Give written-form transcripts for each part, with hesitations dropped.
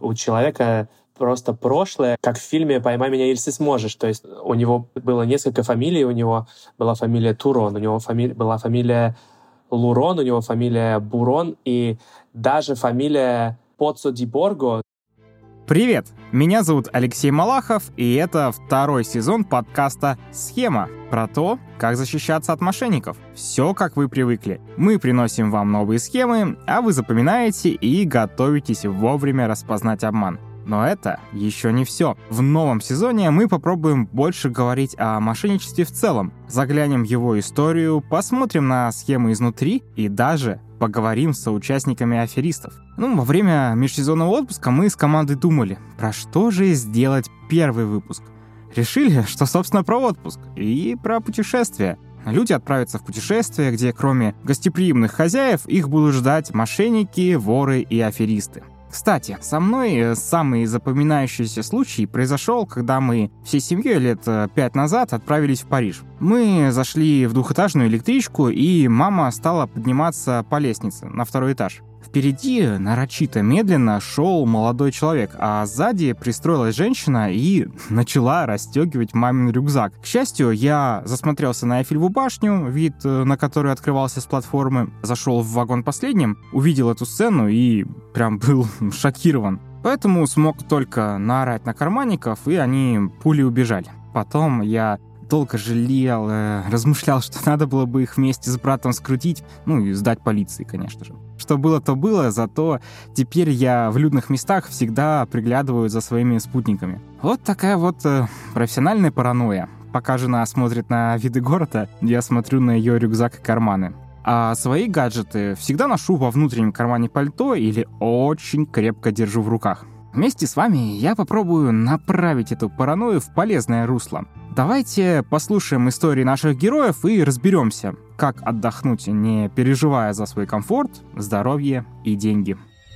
у человека просто прошлое, как в фильме «Поймай меня, если сможешь». То есть у него было несколько фамилий, у него была фамилия Турон, у него была фамилия Лурон, у него фамилия Бурон и даже фамилия Поццо ди Борго. Привет! Меня зовут Алексей Малахов, и это второй сезон подкаста «Схема» про то, как защищаться от мошенников. Все, как вы привыкли. Мы приносим вам новые схемы, а вы запоминаете и готовитесь вовремя распознать обман. Но это еще не все. В новом сезоне мы попробуем больше говорить о мошенничестве в целом. Заглянем в его историю, посмотрим на схемы изнутри и даже поговорим с соучастниками аферистов. Во время межсезонного отпуска мы с командой думали, про что же сделать первый выпуск. Решили, что, собственно, про отпуск и про путешествия. Люди отправятся в путешествие, где кроме гостеприимных хозяев их будут ждать мошенники, воры и аферисты. Кстати, со мной самый запоминающийся случай произошел, когда мы всей семьей лет 5 назад отправились в Париж. Мы зашли в двухэтажную электричку, и мама стала подниматься по лестнице на второй этаж. Впереди нарочито медленно шел молодой человек, а сзади пристроилась женщина и начала расстегивать мамин рюкзак. К счастью, я засмотрелся на Эйфелеву башню, вид на который открывался с платформы, зашел в вагон последним, увидел эту сцену и прям был шокирован. Поэтому смог только наорать на карманников, и они пулей убежали. Потом я долго жалел, размышлял, что надо было бы их вместе с братом скрутить, и сдать полиции, конечно же. Что было, то было, зато теперь я в людных местах всегда приглядываю за своими спутниками. Вот такая вот профессиональная паранойя. Пока жена смотрит на виды города, я смотрю на ее рюкзак и карманы. А свои гаджеты всегда ношу во внутреннем кармане пальто или очень крепко держу в руках. Вместе с вами я попробую направить эту паранойю в полезное русло. Давайте послушаем истории наших героев и разберемся, как отдохнуть, не переживая за свой комфорт, здоровье и деньги.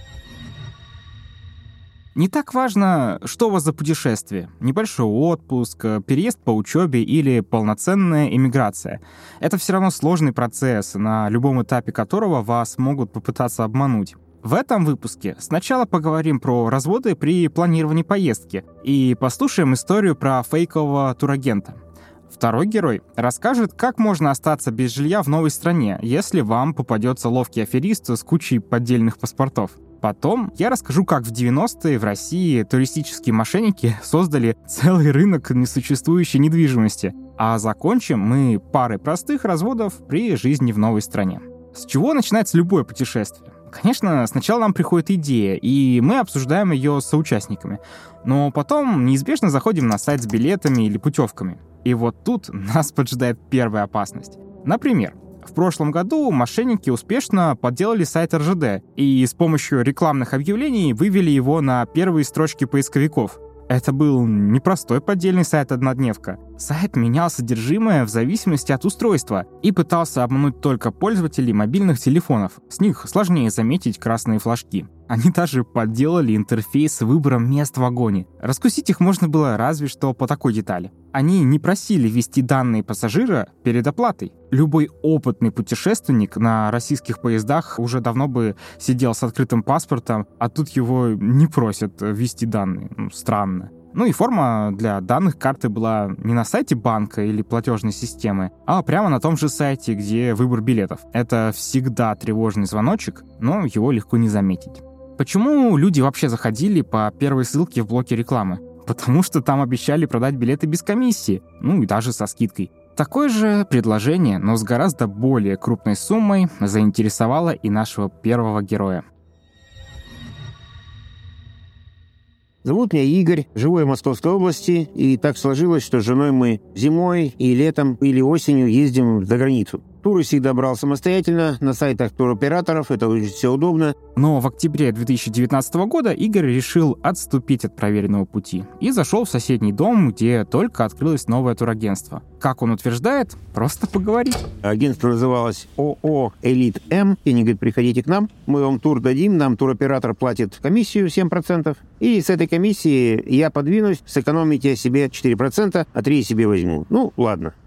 Не так важно, что у вас за путешествие. Небольшой отпуск, переезд по учебе или полноценная эмиграция. Это все равно сложный процесс, на любом этапе которого вас могут попытаться обмануть. В этом выпуске сначала поговорим про разводы при планировании поездки и послушаем историю про фейкового турагента. Второй герой расскажет, как можно остаться без жилья в новой стране, если вам попадется ловкий аферист с кучей поддельных паспортов. Потом я расскажу, как в 90-е в России туристические мошенники создали целый рынок несуществующей недвижимости. А закончим мы парой простых разводов при жизни в новой стране. С чего начинается любое путешествие? Конечно, сначала нам приходит идея, и мы обсуждаем ее с соучастниками. Но потом неизбежно заходим на сайт с билетами или путевками. И вот тут нас поджидает первая опасность. Например, в прошлом году мошенники успешно подделали сайт РЖД и с помощью рекламных объявлений вывели его на первые строчки поисковиков. Это был непростой поддельный сайт-однодневка. Сайт менял содержимое в зависимости от устройства и пытался обмануть только пользователей мобильных телефонов. С них сложнее заметить красные флажки. Они даже подделали интерфейс с выбором мест в вагоне. Раскусить их можно было разве что по такой детали. Они не просили ввести данные пассажира перед оплатой. Любой опытный путешественник на российских поездах уже давно бы сидел с открытым паспортом, а тут его не просят ввести данные. Странно. И форма для данных карты была не на сайте банка или платежной системы, а прямо на том же сайте, где выбор билетов. Это всегда тревожный звоночек, но его легко не заметить. Почему люди вообще заходили по первой ссылке в блоке рекламы? Потому что там обещали продать билеты без комиссии, и даже со скидкой. Такое же предложение, но с гораздо более крупной суммой, заинтересовало и нашего первого героя. Зовут меня Игорь, живу я в Московской области, и так сложилось, что с женой мы зимой и летом или осенью ездим за границу. Туры всегда брал самостоятельно, на сайтах туроператоров, это очень все удобно. Но в октябре 2019 года Игорь решил отступить от проверенного пути и зашел в соседний дом, где только открылось новое турагентство. Как он утверждает, просто поговорить. Агентство называлось ООО «Элит М», и они говорят, приходите к нам, мы вам тур дадим, нам туроператор платит комиссию 7%, и с этой комиссии я подвинусь, сэкономите себе 4%, а 3% себе возьму. Ладно.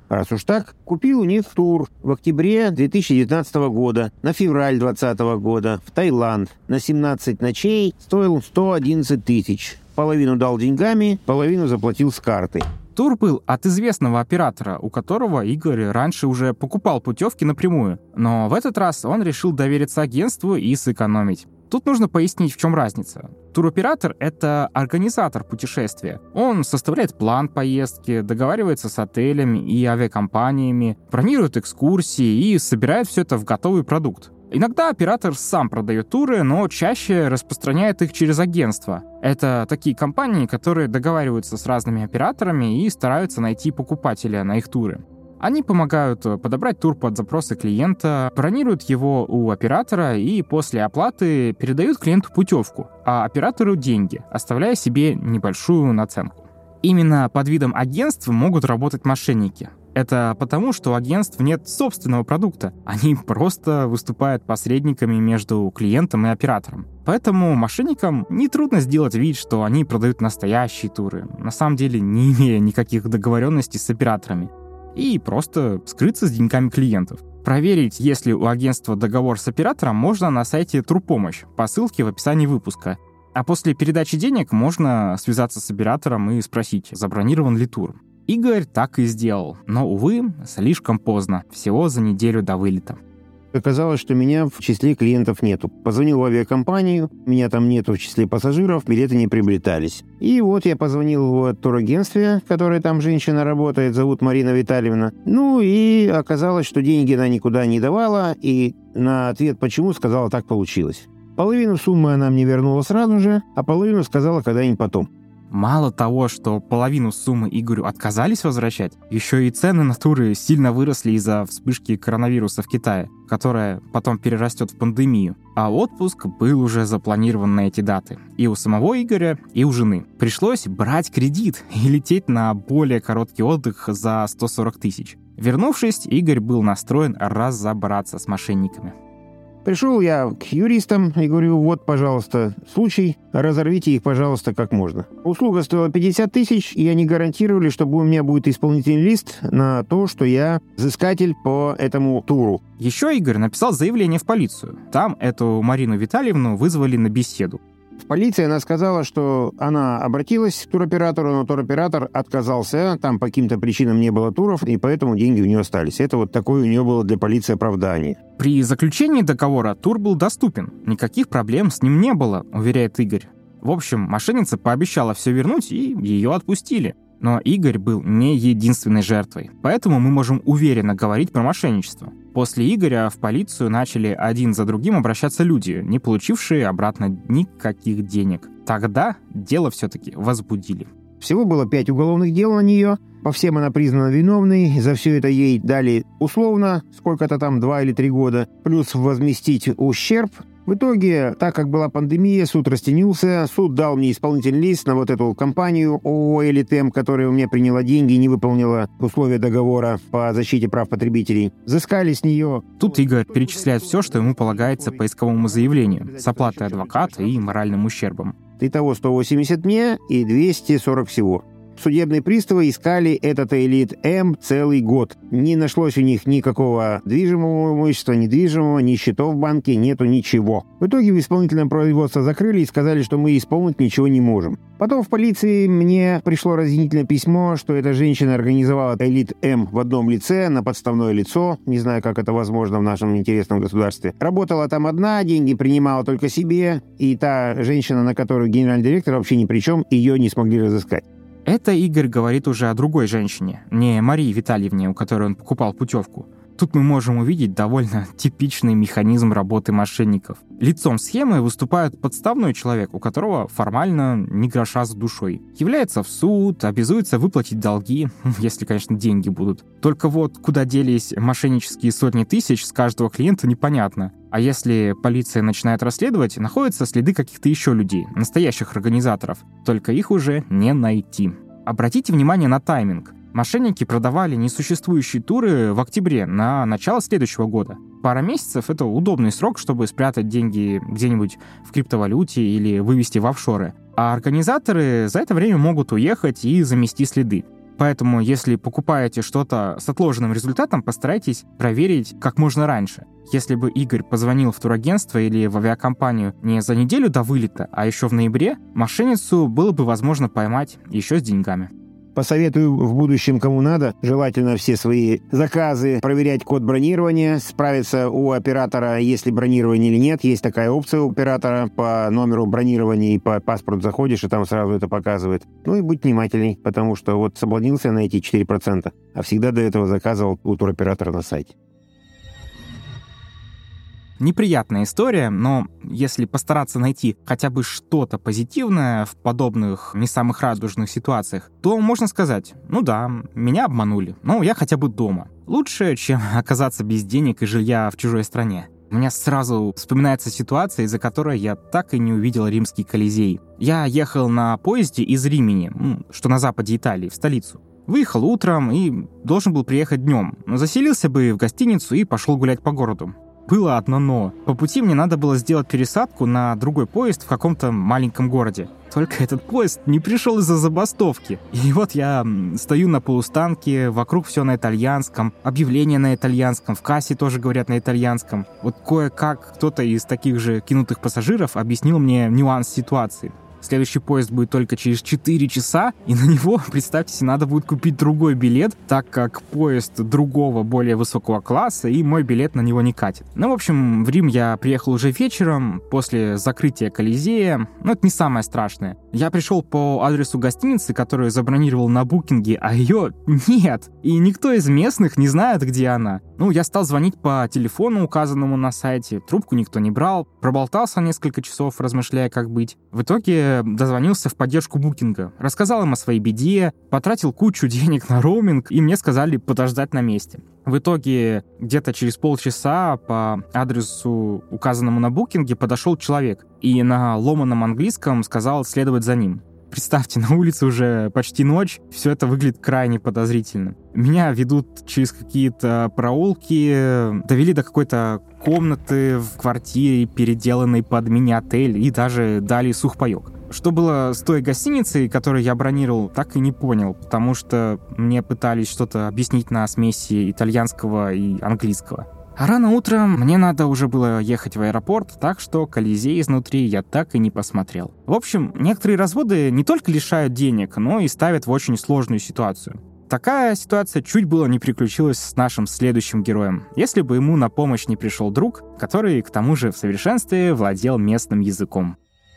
Раз уж так, купил у них тур в октябре 2019 года, на февраль 2020 года, в Таиланд. На 17 ночей стоил 111 тысяч. Половину дал деньгами, половину заплатил с карты. Тур был от известного оператора, у которого Игорь раньше уже покупал путевки напрямую. Но в этот раз он решил довериться агентству и сэкономить. Тут нужно пояснить, в чем разница. Туроператор — это организатор путешествия. Он составляет план поездки, договаривается с отелями и авиакомпаниями, бронирует экскурсии и собирает все это в готовый продукт. Иногда оператор сам продает туры, но чаще распространяет их через агентство. Это такие компании, которые договариваются с разными операторами и стараются найти покупателя на их туры. Они помогают подобрать тур под запросы клиента, бронируют его у оператора и после оплаты передают клиенту путевку, а оператору деньги, оставляя себе небольшую наценку. Именно под видом агентств могут работать мошенники. Это потому, что у агентств нет собственного продукта. Они просто выступают посредниками между клиентом и оператором. Поэтому мошенникам нетрудно сделать вид, что они продают настоящие туры, на самом деле не имея никаких договоренностей с операторами, и просто скрыться с деньгами клиентов. Проверить, есть ли у агентства договор с оператором, можно на сайте Турпомощь по ссылке в описании выпуска. А после передачи денег можно связаться с оператором и спросить, забронирован ли тур. Игорь так и сделал, но, увы, слишком поздно, всего за неделю до вылета. Оказалось, что меня в числе клиентов нету. Позвонил в авиакомпанию, меня там нету в числе пассажиров, билеты не приобретались. И вот я позвонил в турагентстве, в которой там женщина работает, зовут Марина Витальевна. Ну и оказалось, что деньги она никуда не давала, и на ответ «почему» сказала «так получилось». Половину суммы она мне вернула сразу же, а половину сказала когда-нибудь потом. Мало того, что половину суммы Игорю отказались возвращать, еще и цены на туры сильно выросли из-за вспышки коронавируса в Китае, которая потом перерастет в пандемию. А отпуск был уже запланирован на эти даты. И у самого Игоря, и у жены. Пришлось брать кредит и лететь на более короткий отдых за 140 тысяч. Вернувшись, Игорь был настроен разобраться с мошенниками. Пришел я к юристам и говорю, вот, пожалуйста, случай, разорвите их, пожалуйста, как можно. Услуга стоила 50 тысяч, и они гарантировали, что у меня будет исполнительный лист на то, что я взыскатель по этому туру. Еще Игорь написал заявление в полицию. Там эту Марину Витальевну вызвали на беседу. В полиции она сказала, что она обратилась к туроператору, но туроператор отказался, там по каким-то причинам не было туров, и поэтому деньги у нее остались. Это вот такое у нее было для полиции оправдание. При заключении договора тур был доступен. Никаких проблем с ним не было, уверяет Игорь. В общем, мошенница пообещала все вернуть, и ее отпустили. Но Игорь был не единственной жертвой, поэтому мы можем уверенно говорить про мошенничество. После Игоря в полицию начали один за другим обращаться люди, не получившие обратно никаких денег. Тогда дело все-таки возбудили. Всего было 5 уголовных дел на нее. По всем она признана виновной. За все это ей дали условно, сколько-то там, 2 или 3 года, плюс возместить ущерб. В итоге, так как была пандемия, суд растянился, суд дал мне исполнительный лист на вот эту компанию ООО «Элитем», которая у меня приняла деньги и не выполнила условия договора по защите прав потребителей. Взыскали с нее... Тут Игорь перечисляет все, что ему полагается по исковому заявлению, с оплатой адвоката и моральным ущербом. Итого 180 мне и 240 всего. Судебные приставы искали этот «Элит-М» целый год. Не нашлось у них никакого движимого имущества, недвижимого, ни счетов в банке, нету ничего. В итоге в исполнительное производство закрыли и сказали, что мы исполнить ничего не можем. Потом в полиции мне пришло разъяснительное письмо, что эта женщина организовала «Элит-М» в одном лице, на подставное лицо, не знаю, как это возможно в нашем интересном государстве. Работала там одна, деньги принимала только себе, и та женщина, на которую генеральный директор вообще ни при чем, ее не смогли разыскать. Это Игорь говорит уже о другой женщине, не Марии Витальевне, у которой он покупал путевку. Тут мы можем увидеть довольно типичный механизм работы мошенников. Лицом схемы выступает подставной человек, у которого формально ни гроша за душой. Является в суд, обязуется выплатить долги, если, конечно, деньги будут. Только вот куда делись мошеннические сотни тысяч с каждого клиента, непонятно. А если полиция начинает расследовать, находятся следы каких-то еще людей, настоящих организаторов. Только их уже не найти. Обратите внимание на тайминг. Мошенники продавали несуществующие туры в октябре на начало следующего года. Пара месяцев — это удобный срок, чтобы спрятать деньги где-нибудь в криптовалюте или вывести в офшоры. А организаторы за это время могут уехать и замести следы. Поэтому, если покупаете что-то с отложенным результатом, постарайтесь проверить как можно раньше. Если бы Игорь позвонил в турагентство или в авиакомпанию не за неделю до вылета, а еще в ноябре, мошенницу было бы возможно поймать еще с деньгами. Посоветую в будущем, кому надо, желательно все свои заказы проверять код бронирования, справиться у оператора, есть ли бронирование или нет. Есть такая опция у оператора по номеру бронирования и по паспорту заходишь, и там сразу это показывает. Ну и будь внимательней, потому что вот соблазнился на эти 4%, а всегда до этого заказывал у туроператора на сайте. Неприятная история, но если постараться найти хотя бы что-то позитивное в подобных не самых радужных ситуациях, то можно сказать, ну да, меня обманули, но я хотя бы дома. Лучше, чем оказаться без денег и жилья в чужой стране. У меня сразу вспоминается ситуация, из-за которой я так и не увидел Римский Колизей. Я ехал на поезде из Римени, что на западе Италии, в столицу. Выехал утром и должен был приехать днем, но заселился бы в гостиницу и пошел гулять по городу. Было одно «но». По пути мне надо было сделать пересадку на другой поезд в каком-то маленьком городе. Только этот поезд не пришел из-за забастовки. И вот я стою на полустанке, вокруг все на итальянском, объявления на итальянском, в кассе тоже говорят на итальянском. Вот кое-как кто-то из таких же кинутых пассажиров объяснил мне нюанс ситуации. Следующий поезд будет только через 4 часа, и на него, представьте себе, надо будет купить другой билет, так как поезд другого, более высокого класса, и мой билет на него не катит. Ну, в общем, в Рим я приехал уже вечером, после закрытия Колизея. Но это не самое страшное. Я пришел по адресу гостиницы, которую забронировал на букинге, а ее нет. И никто из местных не знает, где она. Ну, я стал звонить по телефону, указанному на сайте. Трубку никто не брал. Проболтался несколько часов, размышляя, как быть. В итоге дозвонился в поддержку букинга. Рассказал им о своей беде, потратил кучу денег на роуминг, и мне сказали подождать на месте. В итоге где-то через полчаса по адресу, указанному на букинге, подошел человек и на ломаном английском сказал следовать за ним. Представьте, на улице уже почти ночь, все это выглядит крайне подозрительно. Меня ведут через какие-то проулки, довели до какой-то комнаты в квартире, переделанной под мини-отель, и даже дали сухпайок. Что было с той гостиницей, которую я бронировал, так и не понял, потому что мне пытались что-то объяснить на смеси итальянского и английского. А рано утром мне надо уже было ехать в аэропорт, так что Колизей изнутри я так и не посмотрел. В общем, некоторые разводы не только лишают денег, но и ставят в очень сложную ситуацию. Такая ситуация чуть было не приключилась с нашим следующим героем, если бы ему на помощь не пришел друг, который, к тому же, в совершенстве владел местным языком.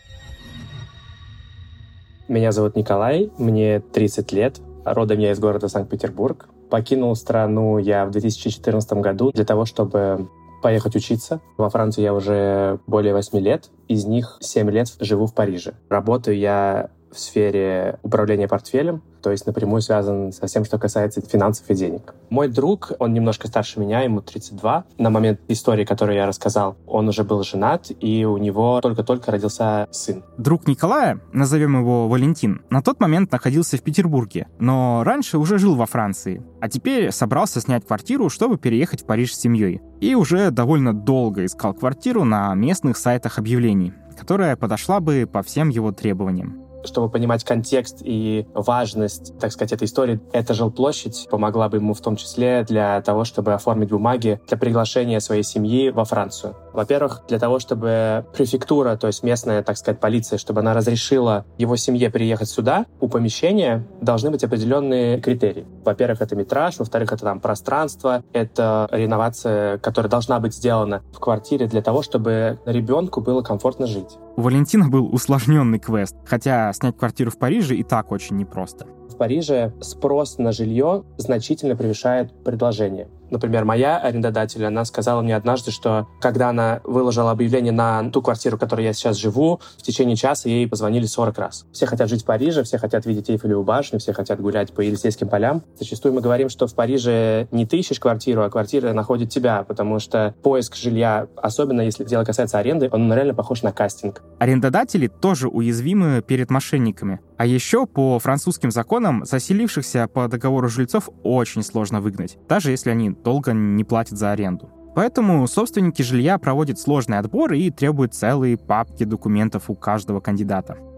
Меня зовут Николай, мне 30 лет, родом я из города Санкт-Петербург. Покинул страну я в 2014 году для того, чтобы поехать учиться. Во Францию я уже более 8 лет, из них 7 лет живу в Париже. Работаю я в сфере управления портфелем, то есть напрямую связан со всем, что касается финансов и денег. Мой друг, он немножко старше меня, ему 32. На момент истории, которую я рассказал, он уже был женат, и у него только-только родился сын. Друг Николая, назовем его Валентин, на тот момент находился в Петербурге, но раньше уже жил во Франции, а теперь собрался снять квартиру, чтобы переехать в Париж с семьей. И уже довольно долго искал квартиру на местных сайтах объявлений, которая подошла бы по всем его требованиям. Чтобы понимать контекст и важность, так сказать, этой истории, эта жилплощадь помогла бы ему в том числе для того, чтобы оформить бумаги для приглашения своей семьи во Францию. Во-первых, для того, чтобы префектура, то есть местная, так сказать, полиция, чтобы она разрешила его семье приехать сюда, у помещения должны быть определенные критерии. Во-первых, это метраж, во-вторых, это там пространство, это реновация, которая должна быть сделана в квартире для того, чтобы ребенку было комфортно жить. У Валентина был усложненный квест, хотя снять квартиру в Париже и так очень непросто. В Париже спрос на жилье значительно превышает предложение. Например, моя арендодатель, она сказала мне однажды, что когда она выложила объявление на ту квартиру, в которой я сейчас живу, в течение часа ей позвонили 40 раз. Все хотят жить в Париже, все хотят видеть Эйфелеву башню, все хотят гулять по Елисейским полям. Зачастую мы говорим, что в Париже не ты ищешь квартиру, а квартира находит тебя, потому что поиск жилья, особенно если дело касается аренды, он реально похож на кастинг. Арендодатели тоже уязвимы перед мошенниками. А еще по французским законам заселившихся по договору жильцов очень сложно выгнать, даже если они долго не платят за аренду. Поэтому собственники жилья проводят сложный отбор и требуют целые папки документов у каждого кандидата.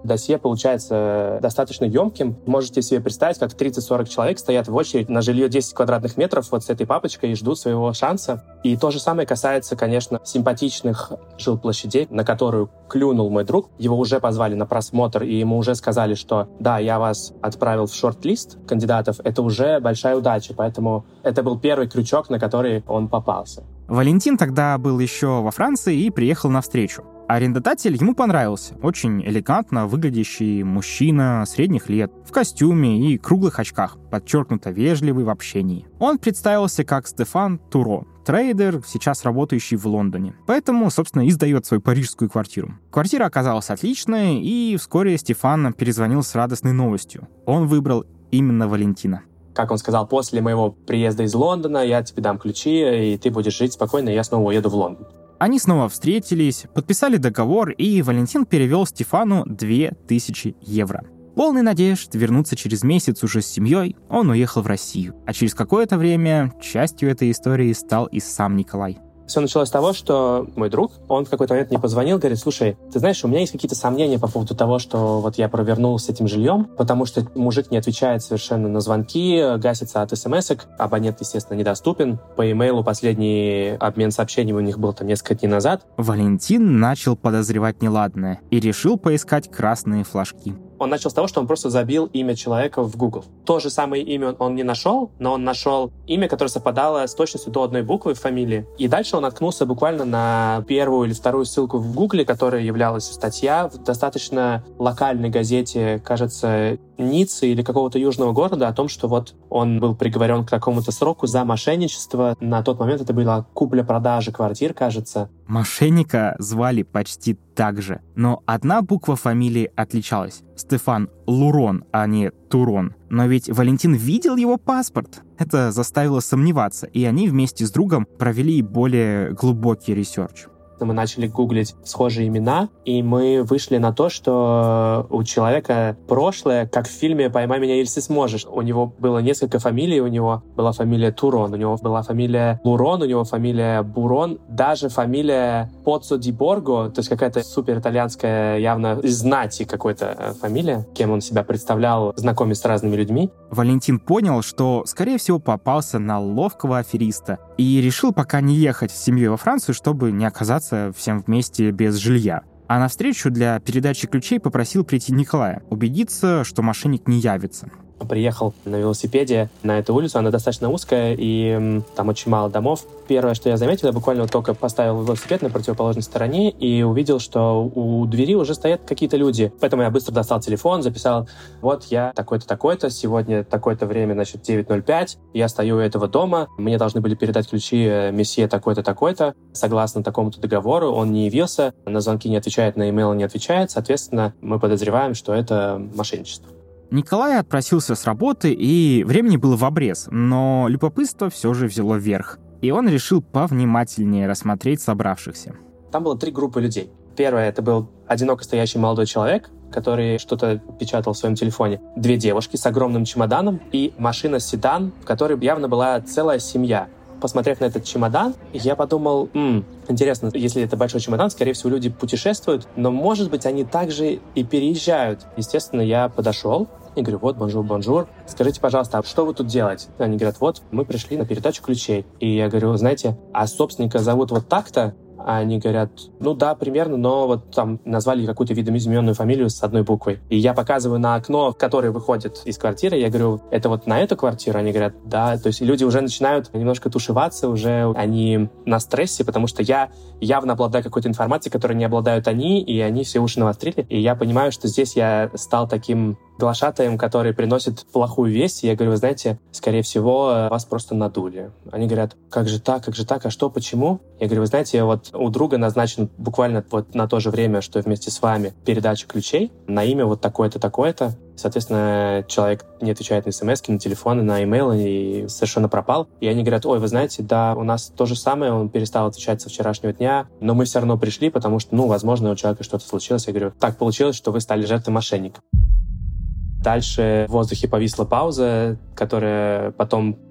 Досье получается достаточно емким. Можете себе представить, как 30-40 человек стоят в очередь на жилье 10 квадратных метров вот с этой папочкой и ждут своего шанса. И то же самое касается, конечно, симпатичных жилплощадей, на которую клюнул мой друг. Его уже позвали на просмотр, и ему уже сказали, что да, я вас отправил в шорт-лист кандидатов. Это уже большая удача, поэтому это был первый крючок, на который он попался. Валентин тогда был еще во Франции и приехал навстречу. Арендодатель ему понравился. Очень элегантно выглядящий мужчина средних лет, в костюме и круглых очках, подчеркнуто вежливый в общении. Он представился как Стефан Туро, трейдер, сейчас работающий в Лондоне. Поэтому, собственно, и сдает свою парижскую квартиру. Квартира оказалась отличной, и вскоре Стефан перезвонил с радостной новостью. Он выбрал именно Валентина. Как он сказал, после моего приезда из Лондона я тебе дам ключи, и ты будешь жить спокойно, и я снова уеду в Лондон. Они снова встретились, подписали договор, и Валентин перевел Стефану 2000 евро. Полный надежд вернуться через месяц уже с семьей, он уехал в Россию. А через какое-то время частью этой истории стал и сам Николай. Все началось с того, что мой друг, он в какой-то момент мне позвонил, говорит: слушай, ты знаешь, у меня есть какие-то сомнения по поводу того, что вот я провернул с этим жильем, потому что мужик не отвечает совершенно на звонки, гасится от смс-ок, абонент, естественно, недоступен. По имейлу последний обмен сообщениями у них был там несколько дней назад. Валентин начал подозревать неладное и решил поискать красные флажки. Он начал с того, что он просто забил имя человека в Google. То же самое имя он не нашел, но он нашел имя, которое совпадало с точностью до одной буквы в фамилии. И дальше он наткнулся буквально на первую или вторую ссылку в Google, которая являлась статья в достаточно локальной газете, кажется, Ниццы или какого-то южного города, о том, что вот он был приговорен к такому-то сроку за мошенничество. На тот момент это была купля-продажа квартир, кажется. Мошенника звали почти так же, но одна буква фамилии отличалась. Стефан Лурон, а не Турон. Но ведь Валентин видел его паспорт. Это заставило сомневаться, и они вместе с другом провели более глубокий ресерч. Мы начали гуглить схожие имена, и мы вышли на то, что у человека прошлое, как в фильме «Поймай меня, если сможешь». У него было несколько фамилий, у него была фамилия Турон, у него была фамилия Лурон, у него фамилия Бурон, даже фамилия Поццо ди Борго, то есть какая-то супер итальянская, явно из знати какой-то фамилия, кем он себя представлял, знакомясь с разными людьми. Валентин понял, что, скорее всего, попался на ловкого афериста и решил пока не ехать с семьей во Францию, чтобы не оказаться всем вместе без жилья. А на встречу для передачи ключей попросил прийти Николая, убедиться, что мошенник не явится. Приехал на велосипеде на эту улицу, она достаточно узкая, и там очень мало домов. Первое, что я заметил, я буквально только поставил велосипед на противоположной стороне и увидел, что у двери уже стоят какие-то люди. Поэтому я быстро достал телефон, записал: вот я такой-то, такой-то, сегодня такое-то время, значит, 9:05, я стою у этого дома, мне должны были передать ключи месье такой-то, такой-то, согласно такому-то договору, он не явился, на звонки не отвечает, на имейл не отвечает, соответственно, мы подозреваем, что это мошенничество. Николай отпросился с работы, и времени было в обрез, но любопытство все же взяло верх, и он решил повнимательнее рассмотреть собравшихся. Там было 3 группы людей. Первая — это был одиноко стоящий молодой человек, который что-то печатал в своем телефоне. 2 девушки с огромным чемоданом и машина-седан, в которой явно была целая семья. Посмотрев на этот чемодан, я подумал: интересно, если это большой чемодан, скорее всего, люди путешествуют, но, может быть, они также и переезжают. Естественно, я подошел и говорю: вот, бонжур, скажите, пожалуйста, а что вы тут делаете? Они говорят: вот, мы пришли на передачу ключей. И я говорю: знаете, а собственника зовут вот так-то? А они говорят: ну да, примерно, но вот там назвали какую-то видоизмененную фамилию с одной буквой. И я показываю на окно, которое выходит из квартиры, я говорю: это вот на эту квартиру? Они говорят: да. То есть люди уже начинают немножко тушеваться, уже они на стрессе, потому что я явно обладаю какой-то информацией, которой не обладают они, и они все уши навострили. И я понимаю, что здесь я стал таким глашатаем, который приносит плохую весть. И я говорю: вы знаете, скорее всего, вас просто надули. Они говорят: как же так, а что, почему? Я говорю: вы знаете, вот у друга назначен буквально вот на то же время, что и вместе с вами, передача ключей на имя вот такое-то, такое-то. Соответственно, человек не отвечает на смс-ки, на телефоны, на имейлы и совершенно пропал. И они говорят: ой, вы знаете, да, у нас то же самое, он перестал отвечать со вчерашнего дня, но мы все равно пришли, потому что, возможно, у человека что-то случилось. Я говорю: так получилось, что вы стали жертвой мошенника. Дальше в воздухе повисла пауза, которая потом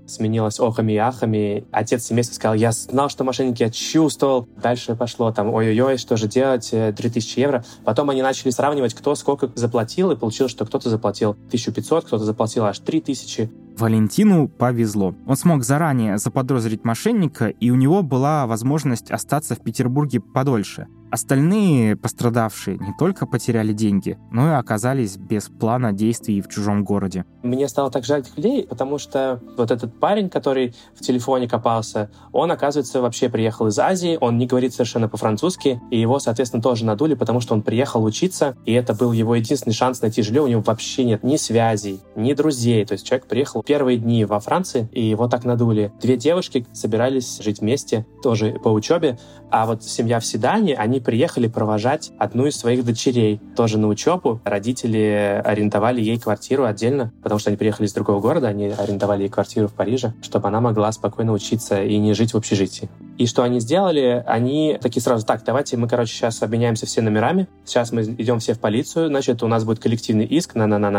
сменилось охами и ахами. Отец семейства сказал: я знал, что мошенники, я чувствовал. Дальше пошло там: ой-ой-ой, что же делать, 3000 евро. Потом они начали сравнивать, кто сколько заплатил, и получилось, что кто-то заплатил 1500, кто-то заплатил аж 3000. Валентину повезло. Он смог заранее заподозрить мошенника, и у него была возможность остаться в Петербурге подольше. Остальные пострадавшие не только потеряли деньги, но и оказались без плана действий в чужом городе. Мне стало так жаль этих людей, потому что вот этот парень, который в телефоне копался, он, оказывается, вообще приехал из Азии, он не говорит совершенно по-французски, и его, соответственно, тоже надули, потому что он приехал учиться, и это был его единственный шанс найти жилье. У него вообще нет ни связей, ни друзей. То есть человек приехал первые дни во Франции, и его так надули. 2 девушки собирались жить вместе, тоже по учебе, а вот семья в Седане, они приехали провожать одну из своих дочерей тоже на учебу. Родители арендовали ей квартиру отдельно, потому что они приехали из другого города, они арендовали ей квартиру в Париже, чтобы она могла спокойно учиться и не жить в общежитии. И что они сделали? Они такие сразу: так, давайте мы, сейчас обменяемся все номерами, сейчас мы идем все в полицию, значит, у нас будет коллективный иск,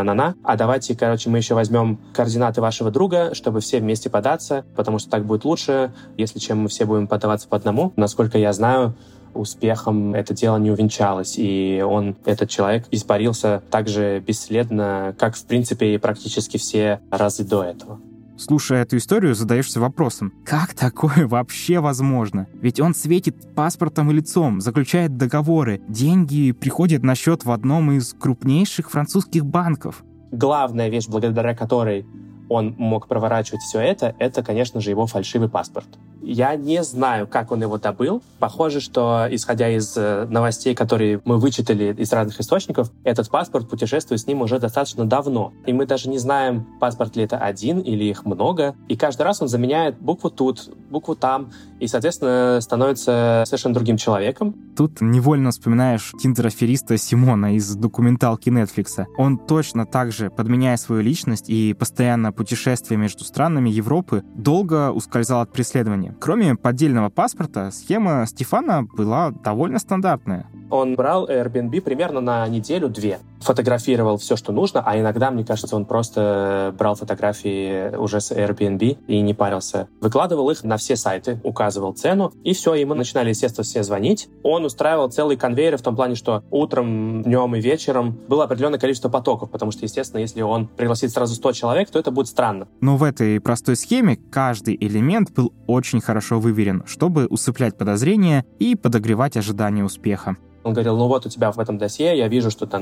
а давайте, мы еще возьмем координаты вашего друга, чтобы все вместе податься, потому что так будет лучше, если чем мы все будем подаваться по одному. Насколько я знаю, успехом это дело не увенчалось, и этот человек, испарился так же бесследно, как, в принципе, и практически все разы до этого. Слушая эту историю, задаешься вопросом: как такое вообще возможно? Ведь он светит паспортом и лицом, заключает договоры, деньги приходят на счет в одном из крупнейших французских банков. Главная вещь, благодаря которой он мог проворачивать все это, конечно же, его фальшивый паспорт. Я не знаю, как он его добыл. Похоже, что, исходя из новостей, которые мы вычитали из разных источников, этот паспорт путешествует с ним уже достаточно давно. И мы даже не знаем, паспорт ли это один или их много. И каждый раз он заменяет букву тут, букву там, и, соответственно, становится совершенно другим человеком. Тут невольно вспоминаешь тиндер-афериста Симона из документалки Netflix. Он точно так же, подменяя свою личность и постоянно путешествуя между странами Европы, долго ускользал от преследования. Кроме поддельного паспорта, схема Стефана была довольно стандартная. Он брал Airbnb примерно на неделю-2. Фотографировал все, что нужно, а иногда, мне кажется, он просто брал фотографии уже с Airbnb и не парился. Выкладывал их на все сайты, указывал цену, и все, ему начинали, естественно, все звонить. Он устраивал целый конвейер в том плане, что утром, днем и вечером было определенное количество потоков, потому что, естественно, если он пригласит сразу 100 человек, то это будет странно. Но в этой простой схеме каждый элемент был очень хорошо выверен, чтобы усыплять подозрения и подогревать ожидания успеха. Он говорил: ну вот у тебя в этом досье, я вижу, что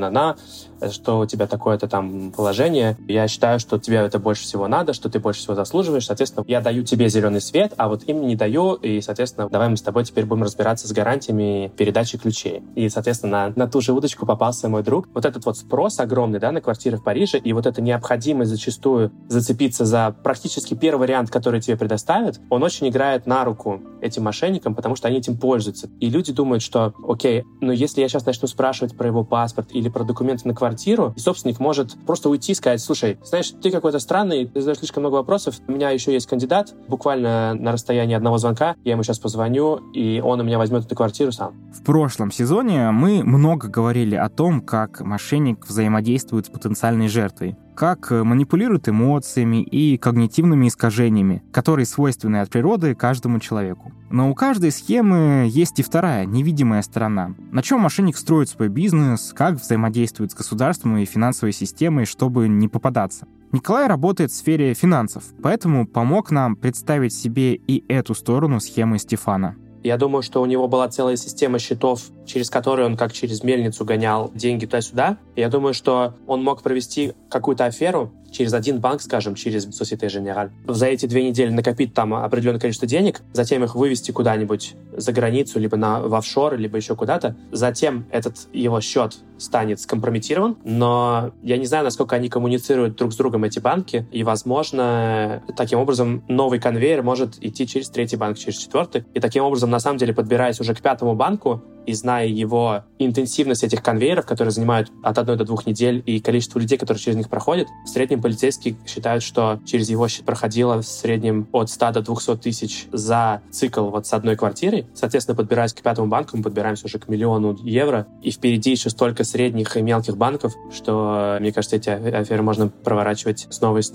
что у тебя такое-то там положение. Я считаю, что тебе это больше всего надо, что ты больше всего заслуживаешь. Соответственно, я даю тебе зеленый свет, а вот им не даю. И, соответственно, давай мы с тобой теперь будем разбираться с гарантиями передачи ключей. И, соответственно, на ту же удочку попался мой друг. Вот этот вот спрос огромный, на квартиры в Париже, и вот эта необходимость зачастую зацепиться за практически первый вариант, который тебе предоставят, он очень играет на руку этим мошенникам, потому что они этим пользуются. И люди думают, что, окей, если я сейчас начну спрашивать про его паспорт или про документы на квартиру, собственник может просто уйти и сказать: слушай, знаешь, ты какой-то странный, ты задаешь слишком много вопросов, у меня еще есть кандидат, буквально на расстоянии одного звонка, я ему сейчас позвоню, и он у меня возьмет эту квартиру сам. В прошлом сезоне мы много говорили о том, как мошенник взаимодействует с потенциальной жертвой, как манипулирует эмоциями и когнитивными искажениями, которые свойственны от природы каждому человеку. Но у каждой схемы есть и вторая, невидимая сторона. На чем мошенник строит свой бизнес, как взаимодействует с государством и финансовой системой, чтобы не попадаться. Николай работает в сфере финансов, поэтому помог нам представить себе и эту сторону схемы Стефана. Я думаю, что у него была целая система счетов, через которые он как через мельницу гонял деньги туда-сюда. Я думаю, что он мог провести какую-то аферу через один банк, скажем, через Société Générale. За эти 2 недели накопить там определенное количество денег, затем их вывести куда-нибудь за границу, либо в офшор, либо еще куда-то. Затем этот его счет станет скомпрометирован, но я не знаю, насколько они коммуницируют друг с другом, эти банки, и, возможно, таким образом новый конвейер может идти через 3-й банк, через 4-й, и таким образом, на самом деле, подбираясь уже к 5-му банку, и зная его интенсивность этих конвейеров, которые занимают от 1 до 2 недель, и количество людей, которые через них проходят, в среднем полицейские считают, что через его счет проходило в среднем от 100 до 200 тысяч за цикл вот с одной квартирой. Соответственно, подбираясь к 5-му банку, мы подбираемся уже к 1 000 000 евро, и впереди еще столько средних и мелких банков, что, мне кажется, эти аферы можно проворачивать снова и снова.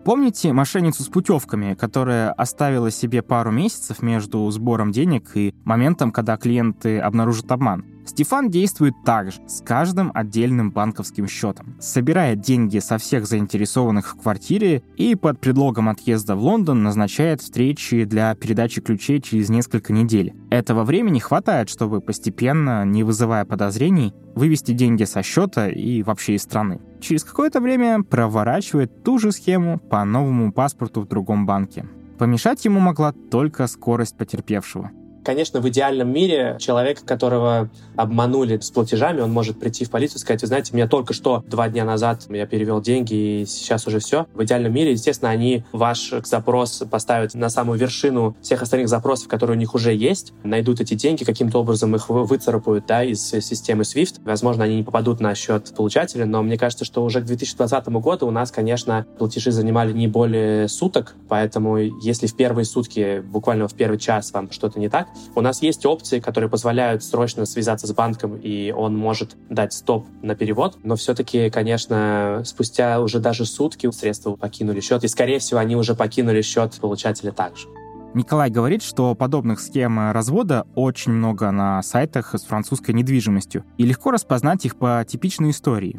Помните мошенницу с путевками, которая оставила себе пару месяцев между сбором денег и моментом, когда клиенты обнаружат обман? Стефан действует так же, с каждым отдельным банковским счетом. Собирает деньги со всех заинтересованных в квартире и под предлогом отъезда в Лондон назначает встречи для передачи ключей через несколько недель. Этого времени хватает, чтобы постепенно, не вызывая подозрений, вывести деньги со счета и вообще из страны. Через какое-то время проворачивает ту же схему по новому паспорту в другом банке. Помешать ему могла только скорость потерпевшего. Конечно, в идеальном мире человек, которого обманули с платежами, он может прийти в полицию и сказать: вы знаете, мне только что 2 дня назад я перевел деньги, и сейчас уже все. В идеальном мире, естественно, они ваш запрос поставят на самую вершину всех остальных запросов, которые у них уже есть, найдут эти деньги, каким-то образом их выцарапают, из системы SWIFT. Возможно, они не попадут на счет получателя, но мне кажется, что уже к 2020 году у нас, конечно, платежи занимали не более суток, поэтому если в первые сутки, буквально в первый час вам что-то не так, у нас есть опции, которые позволяют срочно связаться с банком, и он может дать стоп на перевод. Но все-таки, конечно, спустя уже даже сутки средства покинули счет, и, скорее всего, они уже покинули счет получателя также. Николай говорит, что подобных схем развода очень много на сайтах с французской недвижимостью, и легко распознать их по типичной истории.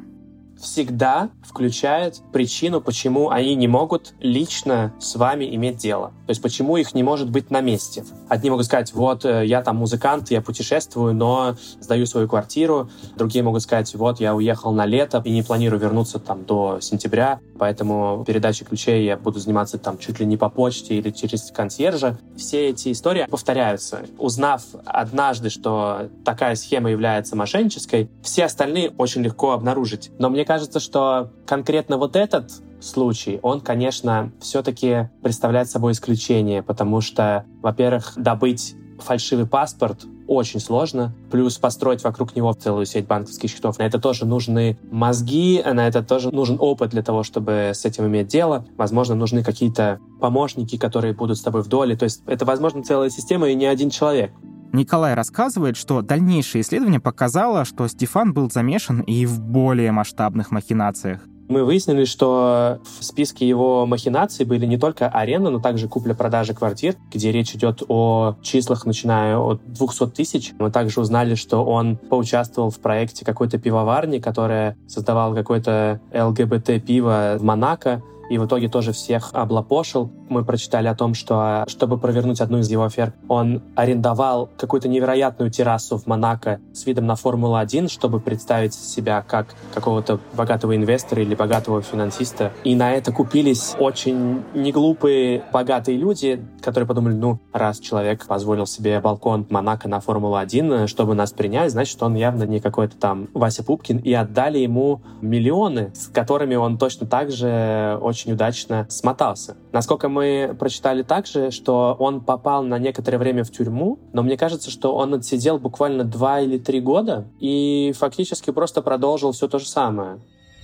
Всегда включает причину, почему они не могут лично с вами иметь дело. То есть почему их не может быть на месте. Одни могут сказать: вот я там музыкант, я путешествую, но сдаю свою квартиру. Другие могут сказать: вот я уехал на лето и не планирую вернуться там до сентября, поэтому передачей ключей я буду заниматься там чуть ли не по почте или через консьержа. Все эти истории повторяются. Узнав однажды, что такая схема является мошеннической, все остальные очень легко обнаружить. Но мне кажется, что конкретно вот этот случай, он, конечно, все-таки представляет собой исключение, потому что, во-первых, добыть фальшивый паспорт очень сложно, плюс построить вокруг него целую сеть банковских счетов. На это тоже нужны мозги, на это тоже нужен опыт для того, чтобы с этим иметь дело. Возможно, нужны какие-то помощники, которые будут с тобой в доле. То есть это, возможно, целая система и не один человек. Николай рассказывает, что дальнейшее исследование показало, что Стефан был замешан и в более масштабных махинациях. Мы выяснили, что в списке его махинаций были не только аренда, но также купля-продажа квартир, где речь идет о числах, начиная от 200 тысяч. Мы также узнали, что он поучаствовал в проекте какой-то пивоварни, которая создавала какое-то ЛГБТ-пиво в Монако, и в итоге тоже всех облапошил. Мы прочитали о том, что, чтобы провернуть одну из его афер, он арендовал какую-то невероятную террасу в Монако с видом на Формулу-1, чтобы представить себя как какого-то богатого инвестора или богатого финансиста. И на это купились очень неглупые, богатые люди, которые подумали: раз человек позволил себе балкон Монако на Формулу-1, чтобы нас принять, значит, он явно не какой-то там Вася Пупкин. И отдали ему миллионы, с которыми он точно так же очень удачно смотался. Насколько мы прочитали также, что он попал на некоторое время в тюрьму, но мне кажется, что он отсидел буквально 2 или 3 года и фактически просто продолжил все то же самое.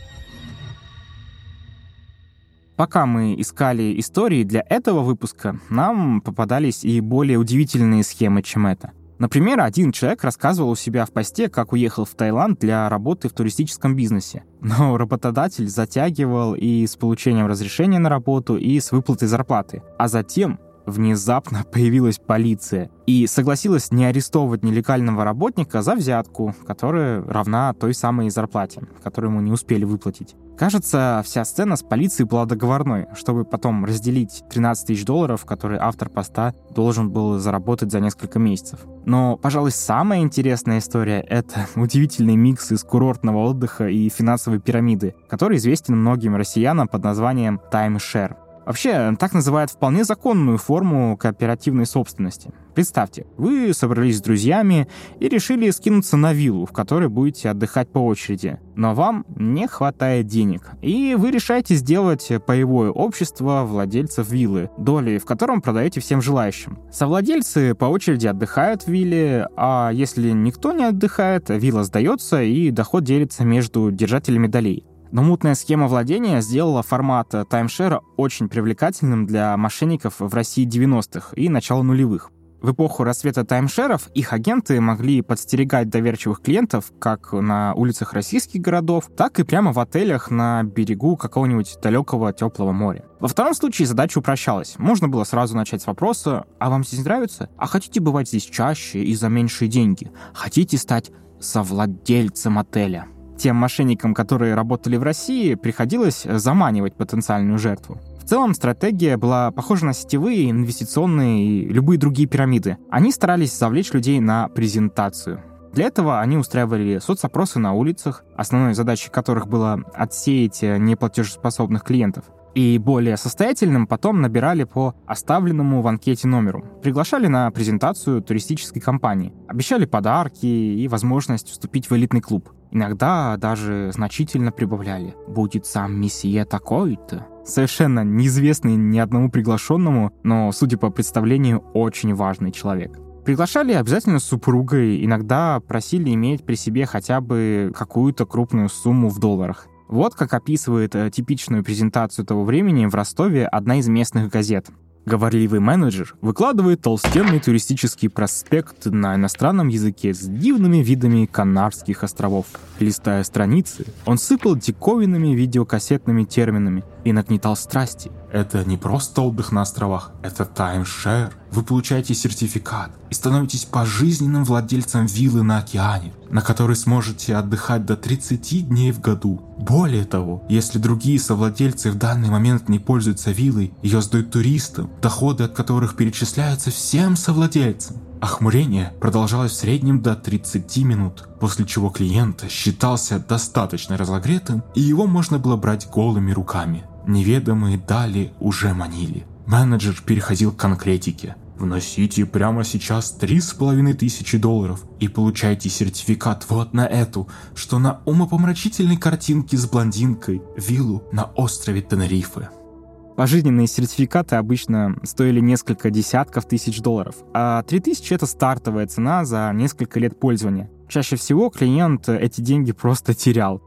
Пока мы искали истории для этого выпуска, нам попадались и более удивительные схемы, чем это. Например, один человек рассказывал у себя в посте, как уехал в Таиланд для работы в туристическом бизнесе. Но работодатель затягивал и с получением разрешения на работу, и с выплатой зарплаты. А затем внезапно появилась полиция и согласилась не арестовывать нелегального работника за взятку, которая равна той самой зарплате, которую ему не успели выплатить. Кажется, вся сцена с полицией была договорной, чтобы потом разделить $13 тысяч, которые автор поста должен был заработать за несколько месяцев. Но, пожалуй, самая интересная история — это удивительный микс из курортного отдыха и финансовой пирамиды, который известен многим россиянам под названием timeshare. Вообще, так называют вполне законную форму кооперативной собственности. Представьте, вы собрались с друзьями и решили скинуться на виллу, в которой будете отдыхать по очереди. Но вам не хватает денег, и вы решаете сделать паевое общество владельцев виллы, доли в котором продаете всем желающим. Совладельцы по очереди отдыхают в вилле, а если никто не отдыхает, вилла сдается и доход делится между держателями долей. Но мутная схема владения сделала формат таймшера очень привлекательным для мошенников в России 90-х и начала нулевых. В эпоху расцвета таймшеров их агенты могли подстерегать доверчивых клиентов как на улицах российских городов, так и прямо в отелях на берегу какого-нибудь далекого теплого моря. Во втором случае задача упрощалась. Можно было сразу начать с вопроса: «А вам здесь нравится? А хотите бывать здесь чаще и за меньшие деньги? Хотите стать совладельцем отеля?» Тем мошенникам, которые работали в России, приходилось заманивать потенциальную жертву. В целом стратегия была похожа на сетевые, инвестиционные и любые другие пирамиды. Они старались завлечь людей на презентацию. Для этого они устраивали соцопросы на улицах, основной задачей которых было отсеять неплатежеспособных клиентов. И более состоятельным потом набирали по оставленному в анкете номеру. Приглашали на презентацию туристической компании. Обещали подарки и возможность вступить в элитный клуб. Иногда даже значительно прибавляли: «Будет сам месье такой-то». Совершенно неизвестный ни одному приглашенному, но, судя по представлению, очень важный человек. Приглашали обязательно с супругой, иногда просили иметь при себе хотя бы какую-то крупную сумму в долларах. Вот как описывает типичную презентацию того времени в Ростове одна из местных газет. Говорливый менеджер выкладывает толстенный туристический проспект на иностранном языке с дивными видами Канарских островов. Листая страницы, он сыпал диковинными видеокассетными терминами и нагнетал страсти. Это не просто отдых на островах, это таймшер. Вы получаете сертификат и становитесь пожизненным владельцем виллы на океане, на которой сможете отдыхать до 30 дней в году. Более того, если другие совладельцы в данный момент не пользуются виллой, ее сдают туристам, доходы от которых перечисляются всем совладельцам. Охмурение продолжалось в среднем до 30 минут, после чего клиент считался достаточно разогретым, и его можно было брать голыми руками. Неведомые дали уже манили. Менеджер переходил к конкретике. Вносите прямо сейчас $3500 и получайте сертификат вот на эту, что на умопомрачительной картинке с блондинкой, виллу на острове Тенерифе. Пожизненные сертификаты обычно стоили несколько десятков тысяч долларов, а 3000 — это стартовая цена за несколько лет пользования. Чаще всего клиент эти деньги просто терял.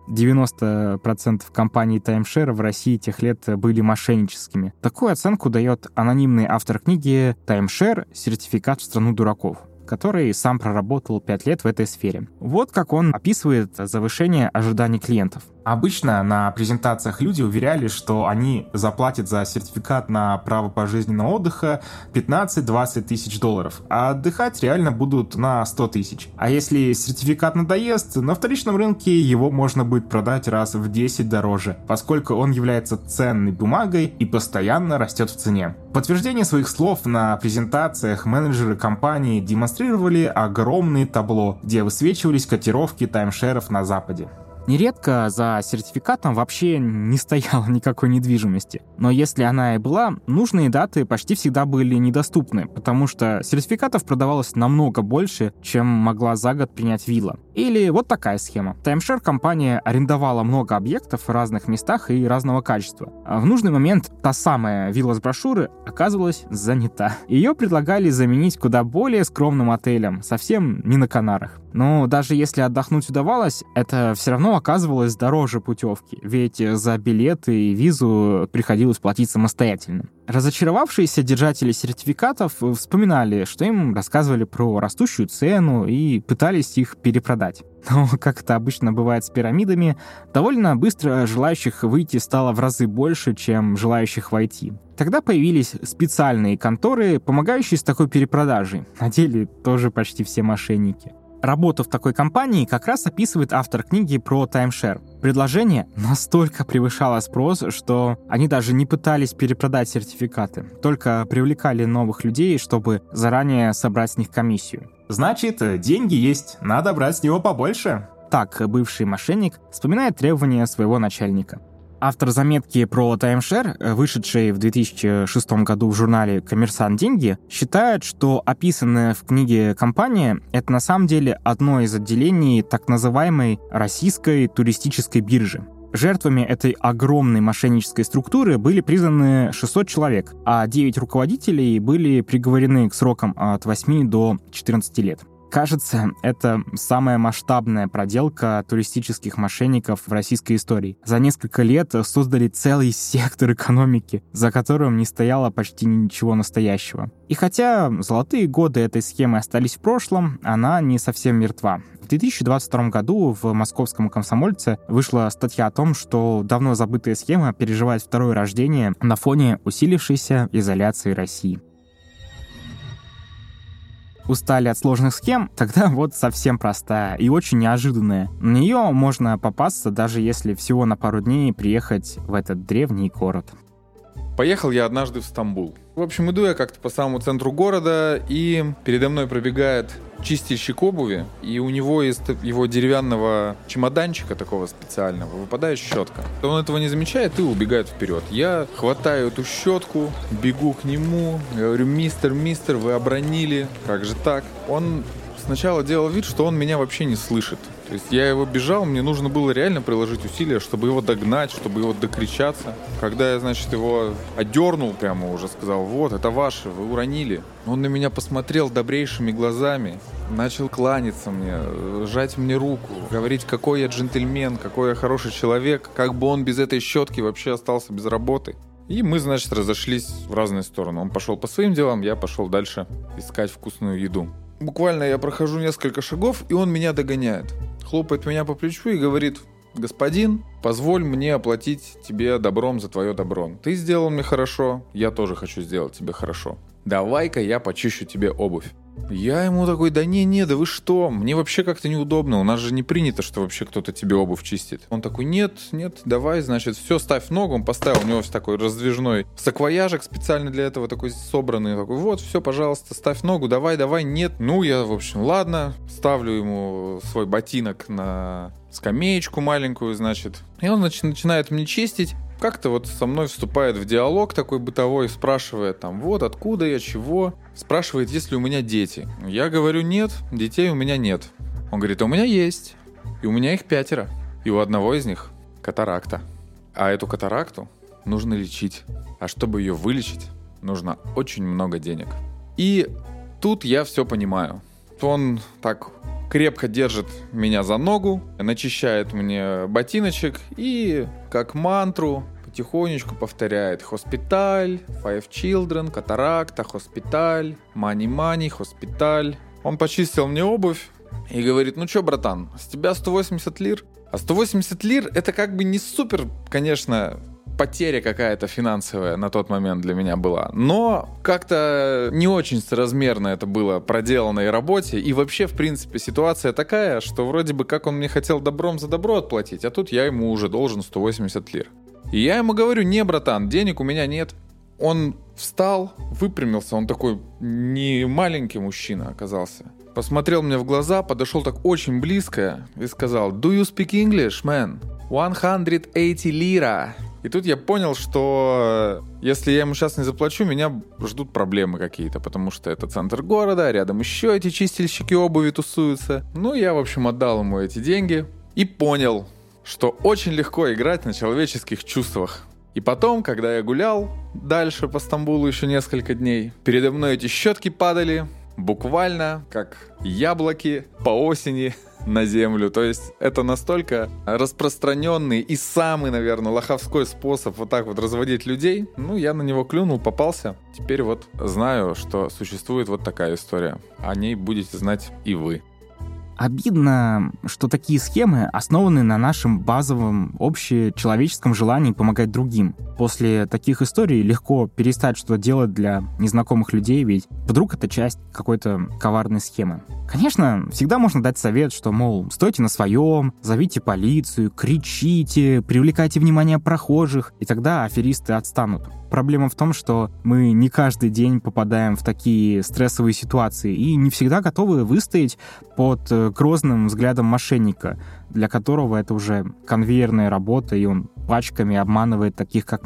90% компаний таймшера в России тех лет были мошенническими. Такую оценку дает анонимный автор книги «Таймшер. Сертификат в страну дураков», который сам проработал 5 лет в этой сфере. Вот как он описывает завышение ожиданий клиентов. Обычно на презентациях люди уверяли, что они заплатят за сертификат на право пожизненного отдыха 15-20 тысяч долларов, а отдыхать реально будут на 100 тысяч. А если сертификат надоест, на вторичном рынке его можно будет продать раз в 10 дороже, поскольку он является ценной бумагой и постоянно растет в цене. В подтверждение своих слов на презентациях менеджеры компании демонстрировали огромные табло, где высвечивались котировки таймшеров на Западе. Нередко за сертификатом вообще не стояло никакой недвижимости. Но если она и была, нужные даты почти всегда были недоступны, потому что сертификатов продавалось намного больше, чем могла за год принять вилла. Или вот такая схема. Таймшер-компания арендовала много объектов в разных местах и разного качества. А в нужный момент та самая вилла с брошюры оказывалась занята. Ее предлагали заменить куда более скромным отелем, совсем не на Канарах. Но даже если отдохнуть удавалось, это все равно оказывалось дороже путевки, ведь за билеты и визу приходилось платить самостоятельно. Разочаровавшиеся держатели сертификатов вспоминали, что им рассказывали про растущую цену и пытались их перепродать. Но, как это обычно бывает с пирамидами, довольно быстро желающих выйти стало в разы больше, чем желающих войти. Тогда появились специальные конторы, помогающие с такой перепродажей. На деле тоже почти все мошенники. Работу в такой компании как раз описывает автор книги про таймшер. Предложение настолько превышало спрос, что они даже не пытались перепродать сертификаты, только привлекали новых людей, чтобы заранее собрать с них комиссию. Значит, деньги есть, надо брать с него побольше. Так бывший мошенник вспоминает требования своего начальника. Автор заметки про таймшер, вышедшей в 2006 году в журнале «Коммерсант. Деньги», считает, что описанная в книге компания — это на самом деле одно из отделений так называемой российской туристической биржи. Жертвами этой огромной мошеннической структуры были признаны 600 человек, а 9 руководителей были приговорены к срокам от 8 до 14 лет. Кажется, это самая масштабная проделка туристических мошенников в российской истории. За несколько лет создали целый сектор экономики, за которым не стояло почти ничего настоящего. И хотя золотые годы этой схемы остались в прошлом, она не совсем мертва. В 2022 году в московском «Комсомольце» вышла статья о том, что давно забытая схема переживает второе рождение на фоне усилившейся изоляции России. Устали от сложных схем? Тогда вот совсем простая и очень неожиданная. На нее можно попасться, даже если всего на пару дней приехать в этот древний город. Поехал я однажды в Стамбул. В общем, иду я как-то по самому центру города, и передо мной пробегает чистильщик обуви, и у него из его деревянного чемоданчика такого специального выпадает щетка. Он этого не замечает и убегает вперед. Я хватаю эту щетку, бегу к нему, говорю: мистер, вы обронили, как же так? Он сначала делал вид, что он меня вообще не слышит. То есть я его бежал, мне нужно было реально приложить усилия, чтобы его догнать, чтобы его докричаться. Когда я, значит, его одернул прямо уже, сказал: вот, это ваше, вы уронили. Он на меня посмотрел добрейшими глазами, начал кланяться мне, жать мне руку, говорить, какой я джентльмен, какой я хороший человек, как бы он без этой щетки вообще остался без работы. И мы, значит, разошлись в разные стороны. Он пошел по своим делам, я пошел дальше искать вкусную еду. Буквально я прохожу несколько шагов, и он меня догоняет. Хлопает меня по плечу и говорит: господин, позволь мне оплатить тебе добром за твое добро. Ты сделал мне хорошо, я тоже хочу сделать тебе хорошо. Давай-ка я почищу тебе обувь. Я ему такой: да да вы что, мне вообще как-то неудобно, у нас же не принято, что вообще кто-то тебе обувь чистит. Он такой: нет, давай, значит, все, ставь ногу. Он поставил, у него такой раздвижной саквояжик специально для этого, такой собранный, такой: вот, все, пожалуйста, ставь ногу, давай, нет. Ну, я, в общем, ладно, ставлю ему свой ботинок на скамеечку маленькую, значит, и он, значит, начинает мне чистить. Как-то вот со мной вступает в диалог такой бытовой, спрашивает там: вот, откуда я, чего. Спрашивает, есть ли у меня дети. Я говорю: нет, детей у меня нет. Он говорит: а у меня есть. И у меня их 5. И у одного из них катаракта. А эту катаракту нужно лечить. А чтобы ее вылечить, нужно очень много денег. И тут я все понимаю. Он так крепко держит меня за ногу, начищает мне ботиночек и как мантру потихонечку повторяет: хоспиталь, 5 children, катаракта, хоспиталь, money, хоспиталь. Он почистил мне обувь и говорит: ну чё, братан, с тебя 180 лир? А 180 лир это как бы не супер, конечно, потеря какая-то финансовая на тот момент для меня была. Но как-то не очень соразмерно это было проделанной работе. И вообще, в принципе, ситуация такая, что вроде бы как он мне хотел добром за добро отплатить, а тут я ему уже должен 180 лир. И я ему говорю: не, братан, денег у меня нет. Он встал, выпрямился, он такой не маленький мужчина оказался. Посмотрел мне в глаза, подошел так очень близко и сказал: Do you speak English, man? 180 лира. И тут я понял, что если я ему сейчас не заплачу, меня ждут проблемы какие-то, потому что это центр города, рядом еще эти чистильщики обуви тусуются. Ну, я, в общем, отдал ему эти деньги и понял, что очень легко играть на человеческих чувствах. И потом, когда я гулял дальше по Стамбулу еще несколько дней, передо мной эти щетки падали буквально как яблоки по осени на землю. То есть это настолько распространенный и самый, наверное, лоховской способ вот так вот разводить людей. Ну, я на него клюнул, попался. Теперь вот знаю, что существует вот такая история. О ней будете знать и вы. Обидно, что такие схемы основаны на нашем базовом общечеловеческом желании помогать другим. После таких историй легко перестать что-то делать для незнакомых людей, ведь вдруг это часть какой-то коварной схемы. Конечно, всегда можно дать совет, что, мол, стойте на своем, зовите полицию, кричите, привлекайте внимание прохожих, и тогда аферисты отстанут. Проблема в том, что мы не каждый день попадаем в такие стрессовые ситуации и не всегда готовы выстоять под грозным взглядом мошенника, для которого это уже конвейерная работа, и он пачками обманывает таких, как мы.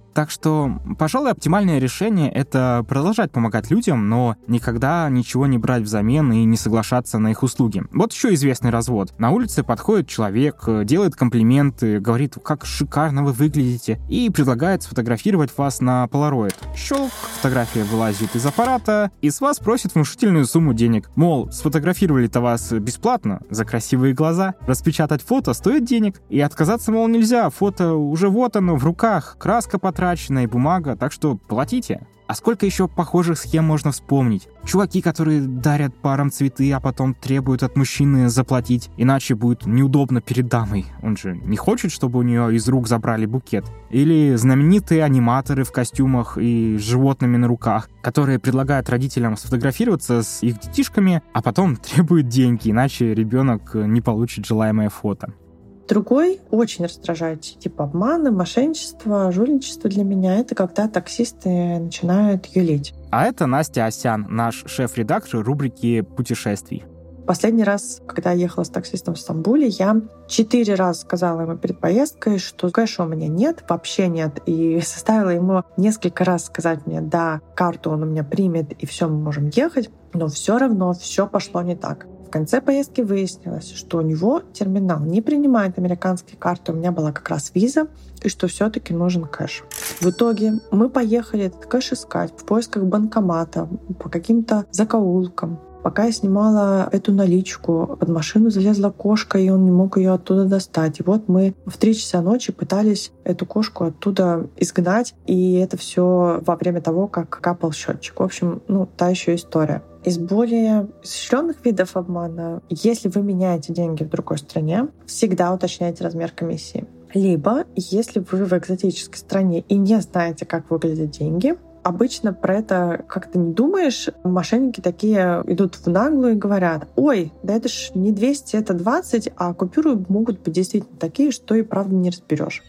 Так что, пожалуй, оптимальное решение — это продолжать помогать людям, но никогда ничего не брать взамен и не соглашаться на их услуги. Вот еще известный развод. На улице подходит человек, делает комплименты, говорит, как шикарно вы выглядите, и предлагает сфотографировать вас на полароид. Щелк, фотография вылазит из аппарата, и с вас просит внушительную сумму денег. Мол, сфотографировали-то вас бесплатно, за красивые глаза. Распечатать фото стоит денег, и отказаться, мол, нельзя. Фото уже вот оно, в руках, краска потрачена и бумага, так что платите. А сколько еще похожих схем можно вспомнить? Чуваки, которые дарят парам цветы, а потом требуют от мужчины заплатить, иначе будет неудобно перед дамой. Он же не хочет, чтобы у нее из рук забрали букет. Или знаменитые аниматоры в костюмах и с животными на руках, которые предлагают родителям сфотографироваться с их детишками, а потом требуют деньги, иначе ребенок не получит желаемое фото. Другой очень раздражающий тип обмана, мошенничества, жульничества для меня — это когда таксисты начинают юлить. А это Настя Осян, наш шеф-редактор рубрики «Путешествий». Последний раз, когда я ехала с таксистом в Стамбуле, я 4 раза сказала ему перед поездкой, что кэша у меня нет, вообще нет, и заставила ему несколько раз сказать мне: да, карту он у меня примет, и все, мы можем ехать, но все равно все пошло не так. В конце поездки выяснилось, что у него терминал не принимает американские карты, у меня была как раз виза, и что все-таки нужен кэш. В итоге мы поехали этот кэш искать в поисках банкомата, по каким-то закоулкам. Пока я снимала эту наличку, под машину залезла кошка, и он не мог ее оттуда достать. И вот мы в 3 часа ночи пытались эту кошку оттуда изгнать, и это все во время того, как капал счетчик. В общем, та еще история. Из более изощренных видов обмана, если вы меняете деньги в другой стране, всегда уточняйте размер комиссии. Либо, если вы в экзотической стране и не знаете, как выглядят деньги, обычно про это как-то не думаешь. Мошенники такие идут в наглую и говорят: ой, да это ж не 200, это 20, а купюры могут быть действительно такие, что и правда не разберешь.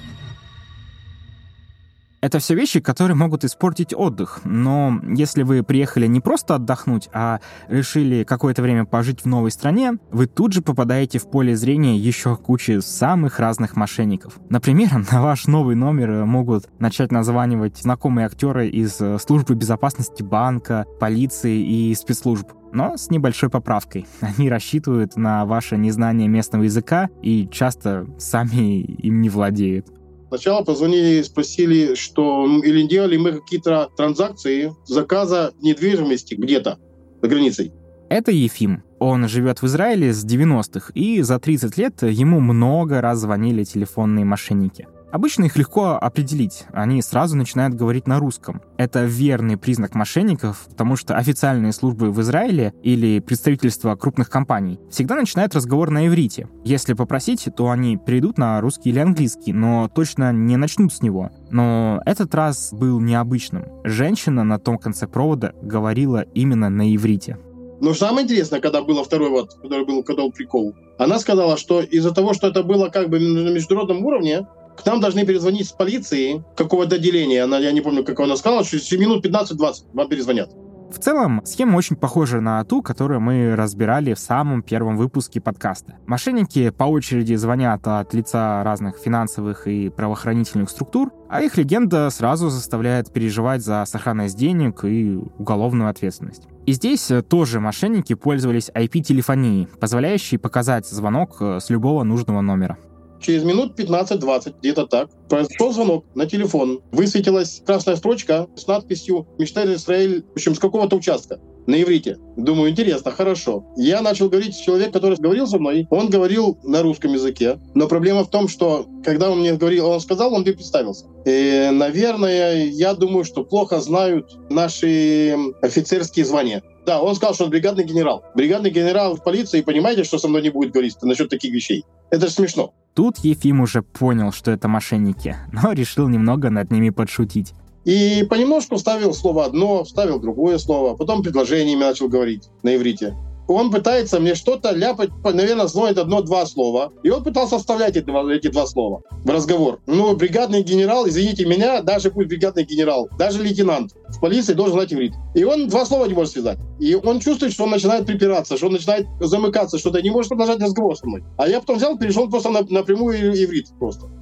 Это все вещи, которые могут испортить отдых. Но если вы приехали не просто отдохнуть, а решили какое-то время пожить в новой стране, вы тут же попадаете в поле зрения еще кучи самых разных мошенников. Например, на ваш новый номер могут начать названивать знакомые актеры из службы безопасности банка, полиции и спецслужб. Но с небольшой поправкой. Они рассчитывают на ваше незнание местного языка и часто сами им не владеют. Сначала позвонили и спросили, что или делали мы какие-то транзакции заказа недвижимости где-то за границей. Это Ефим. Он живет в Израиле с 90-х, и за 30 лет ему много раз звонили телефонные мошенники. Обычно их легко определить, они сразу начинают говорить на русском. Это верный признак мошенников, потому что официальные службы в Израиле или представительства крупных компаний всегда начинают разговор на иврите. Если попросить, то они перейдут на русский или английский, но точно не начнут с него. Но этот раз был необычным. Женщина на том конце провода говорила именно на иврите. Но самое интересное, когда было второй который был прикол, она сказала, что из-за того, что это было как бы на международном уровне, к нам должны перезвонить с полиции какого-то отделения. Я не помню, как она сказала, что через минут 15-20 вам перезвонят. В целом, схема очень похожа на ту, которую мы разбирали в самом первом выпуске подкаста. Мошенники по очереди звонят от лица разных финансовых и правоохранительных структур, а их легенда сразу заставляет переживать за сохранность денег и уголовную ответственность. И здесь тоже мошенники пользовались IP-телефонией, позволяющей показать звонок с любого нужного номера. Через минут 15-20, где-то так, произошел звонок на телефон. Высветилась красная строчка с надписью «Мечтает Израиль», в общем, с какого-то участка на иврите. Думаю, интересно, хорошо. Я начал говорить с человеком, который говорил со мной. Он говорил на русском языке. Но проблема в том, что когда он мне говорил, он сказал, он мне представился. И, наверное, я думаю, что плохо знают наши офицерские звания. Да, он сказал, что он бригадный генерал. Бригадный генерал в полиции, понимаете, что со мной не будет говорить насчет таких вещей? Это же смешно. Тут Ефим уже понял, что это мошенники, но решил немного над ними подшутить. И понемножку вставил слово одно, вставил другое слово, потом предложениями начал говорить на иврите. Он пытается мне что-то ляпать, наверное, знает 1-2 слова. И он пытался вставлять эти 2 слова в разговор. Ну, бригадный генерал, извините меня, даже пусть бригадный генерал, даже лейтенант в полиции должен знать иврит. И он 2 слова не может связать. И он чувствует, что он начинает припираться, что он начинает замыкаться, что-то не может продолжать разговор со мной. А я потом взял, перешел просто напрямую иврит просто.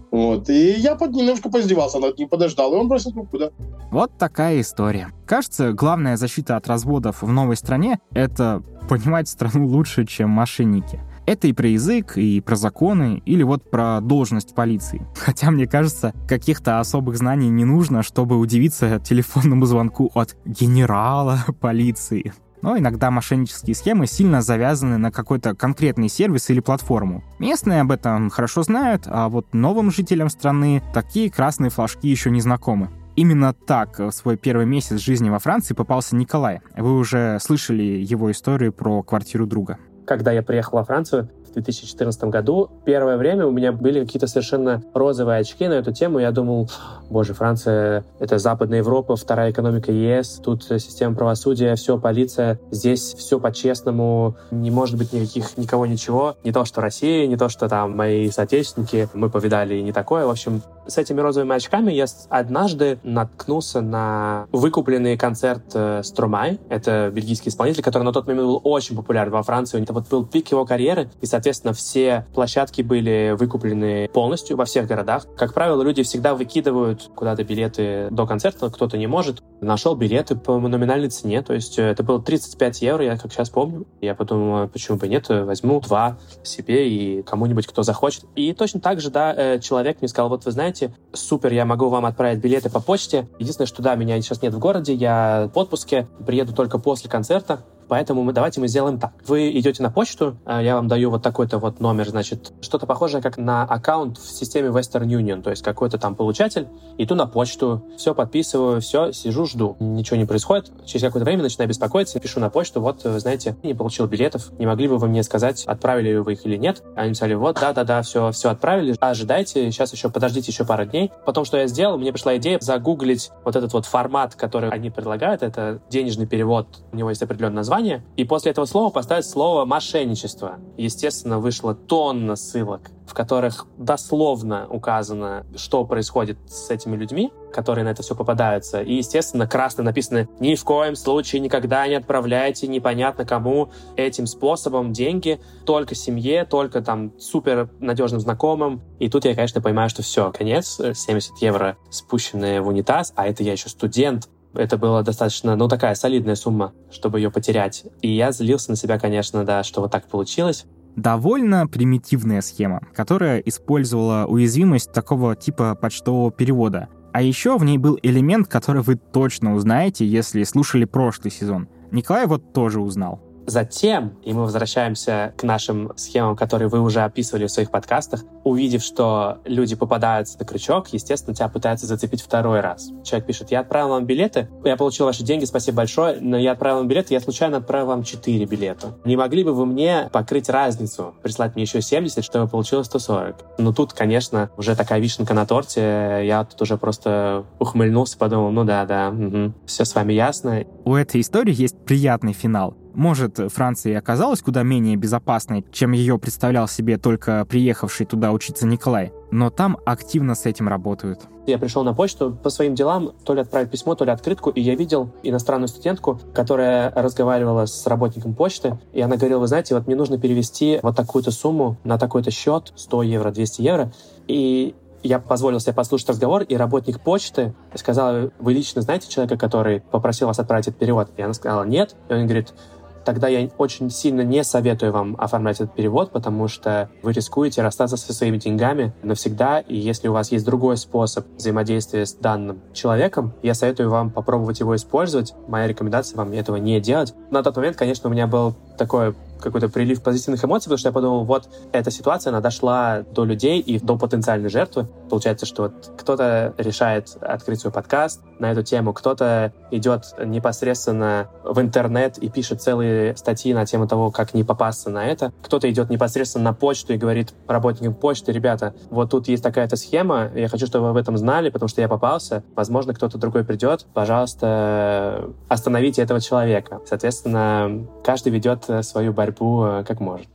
Вот. И я немножко поиздевался над ним, подождал, и он бросил трубку, да. Вот такая история. Кажется, главная защита от разводов в новой стране — это понимать страну лучше, чем мошенники. Это и про язык, и про законы, или вот про должность полиции. Хотя, мне кажется, каких-то особых знаний не нужно, чтобы удивиться телефонному звонку от генерала полиции. Но иногда мошеннические схемы сильно завязаны на какой-то конкретный сервис или платформу. Местные об этом хорошо знают, а вот новым жителям страны такие красные флажки еще не знакомы. Именно так в свой первый месяц жизни во Франции попался Николай. Вы уже слышали его историю про квартиру друга. Когда я приехал во Францию в 2014 году, первое время у меня были какие-то совершенно розовые очки на эту тему. Я думал, боже, Франция — это Западная Европа, вторая экономика ЕС, тут система правосудия, все, полиция, здесь все по-честному, не может быть никого ничего. Не то, что Россия, не то, что там мои соотечественники, мы повидали и не такое. В общем, с этими розовыми очками я однажды наткнулся на выкупленный концерт Стромай. Это бельгийский исполнитель, который на тот момент был очень популярен во Франции. Это вот был пик его карьеры, и, соответственно, все площадки были выкуплены полностью во всех городах. Как правило, люди всегда выкидывают куда-то билеты до концерта, кто-то не может. Нашел билеты по номинальной цене, то есть это было 35 евро, я как сейчас помню. Я подумал, почему бы нет, возьму 2 себе и кому-нибудь, кто захочет. И точно так же, да, человек мне сказал, вот вы знаете, супер, я могу вам отправить билеты по почте. Единственное, что да, меня сейчас нет в городе, я в отпуске, приеду только после концерта. Поэтому давайте мы сделаем так. Вы идете на почту, я вам даю вот такой-то вот номер, значит, что-то похожее, как на аккаунт в системе Western Union, то есть какой-то там получатель. Иду на почту, все подписываю, все, сижу, жду. Ничего не происходит. Через какое-то время начинаю беспокоиться, пишу на почту, вот, знаете, не получил билетов, не могли бы вы мне сказать, отправили ли вы их или нет? Они сказали, вот, да, все отправили, ожидайте, сейчас еще подождите еще пару дней. Потом, что я сделал, мне пришла идея загуглить вот этот вот формат, который они предлагают, это денежный перевод, у него есть определенное название, и после этого слова поставить слово «мошенничество». Естественно, вышло тонна ссылок, в которых дословно указано, что происходит с этими людьми, которые на это все попадаются. И, естественно, красно написано «Ни в коем случае никогда не отправляйте непонятно кому этим способом деньги, только семье, только там супер надежным знакомым». И тут я, конечно, понимаю, что все, конец, 70 евро спущенные в унитаз, а это я еще студент. Это была достаточно, такая солидная сумма, чтобы ее потерять. И я злился на себя, конечно, да, что вот так получилось. Довольно примитивная схема, которая использовала уязвимость такого типа почтового перевода. А еще в ней был элемент, который вы точно узнаете, если слушали прошлый сезон. Николай вот тоже узнал. Затем, и мы возвращаемся к нашим схемам, которые вы уже описывали в своих подкастах, увидев, что люди попадаются на крючок, естественно, тебя пытаются зацепить второй раз. Человек пишет, я отправил вам билеты, я получил ваши деньги, спасибо большое, но я отправил вам билеты, я случайно отправил вам 4 билета. Не могли бы вы мне покрыть разницу, прислать мне еще 70, чтобы получилось 140? Ну тут, конечно, уже такая вишенка на торте, я тут уже просто ухмыльнулся, подумал, все с вами ясно. У этой истории есть приятный финал. Может, Франция и оказалась куда менее безопасной, чем ее представлял себе только приехавший туда учиться Николай, но там активно с этим работают. Я пришел на почту по своим делам, то ли отправить письмо, то ли открытку, и я видел иностранную студентку, которая разговаривала с работником почты, и она говорила, вы знаете, вот мне нужно перевести вот такую-то сумму на такой-то счет, 100 евро, 200 евро, и я позволил себе послушать разговор, и работник почты сказал, вы лично знаете человека, который попросил вас отправить этот перевод? И она сказала, нет. И он говорит, тогда я очень сильно не советую вам оформлять этот перевод, потому что вы рискуете расстаться со своими деньгами навсегда, и если у вас есть другой способ взаимодействия с данным человеком, я советую вам попробовать его использовать. Моя рекомендация вам этого не делать. На тот момент, конечно, у меня был такой какой-то прилив позитивных эмоций, потому что я подумал, вот эта ситуация, она дошла до людей и до потенциальной жертвы. Получается, что вот кто-то решает открыть свой подкаст на эту тему, кто-то идет непосредственно в интернет и пишет целые статьи на тему того, как не попасться на это. Кто-то идет непосредственно на почту и говорит работникам почты, ребята, вот тут есть такая-то схема, я хочу, чтобы вы об этом знали, потому что я попался, возможно, кто-то другой придет, пожалуйста, остановите этого человека. Соответственно, каждый ведет свою борьбу как может.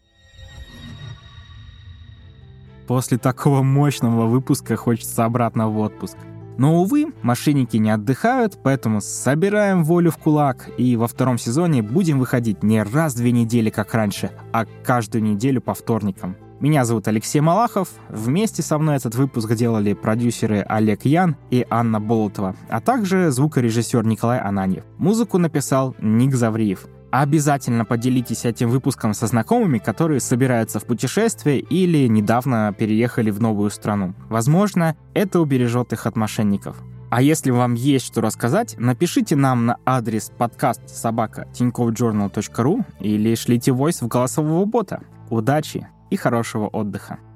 После такого мощного выпуска хочется обратно в отпуск. Но, увы, мошенники не отдыхают, поэтому собираем волю в кулак и во втором сезоне будем выходить не раз в 2 недели, как раньше, а каждую неделю по вторникам. Меня зовут Алексей Малахов. Вместе со мной этот выпуск делали продюсеры Олег Ян и Анна Болотова, а также звукорежиссер Николай Ананьев. Музыку написал Ник Завриев. Обязательно поделитесь этим выпуском со знакомыми, которые собираются в путешествие или недавно переехали в новую страну. Возможно, это убережет их от мошенников. А если вам есть что рассказать, напишите нам на адрес podcast@tinkoffjournal.ru или шлите войс в голосового бота. Удачи и хорошего отдыха!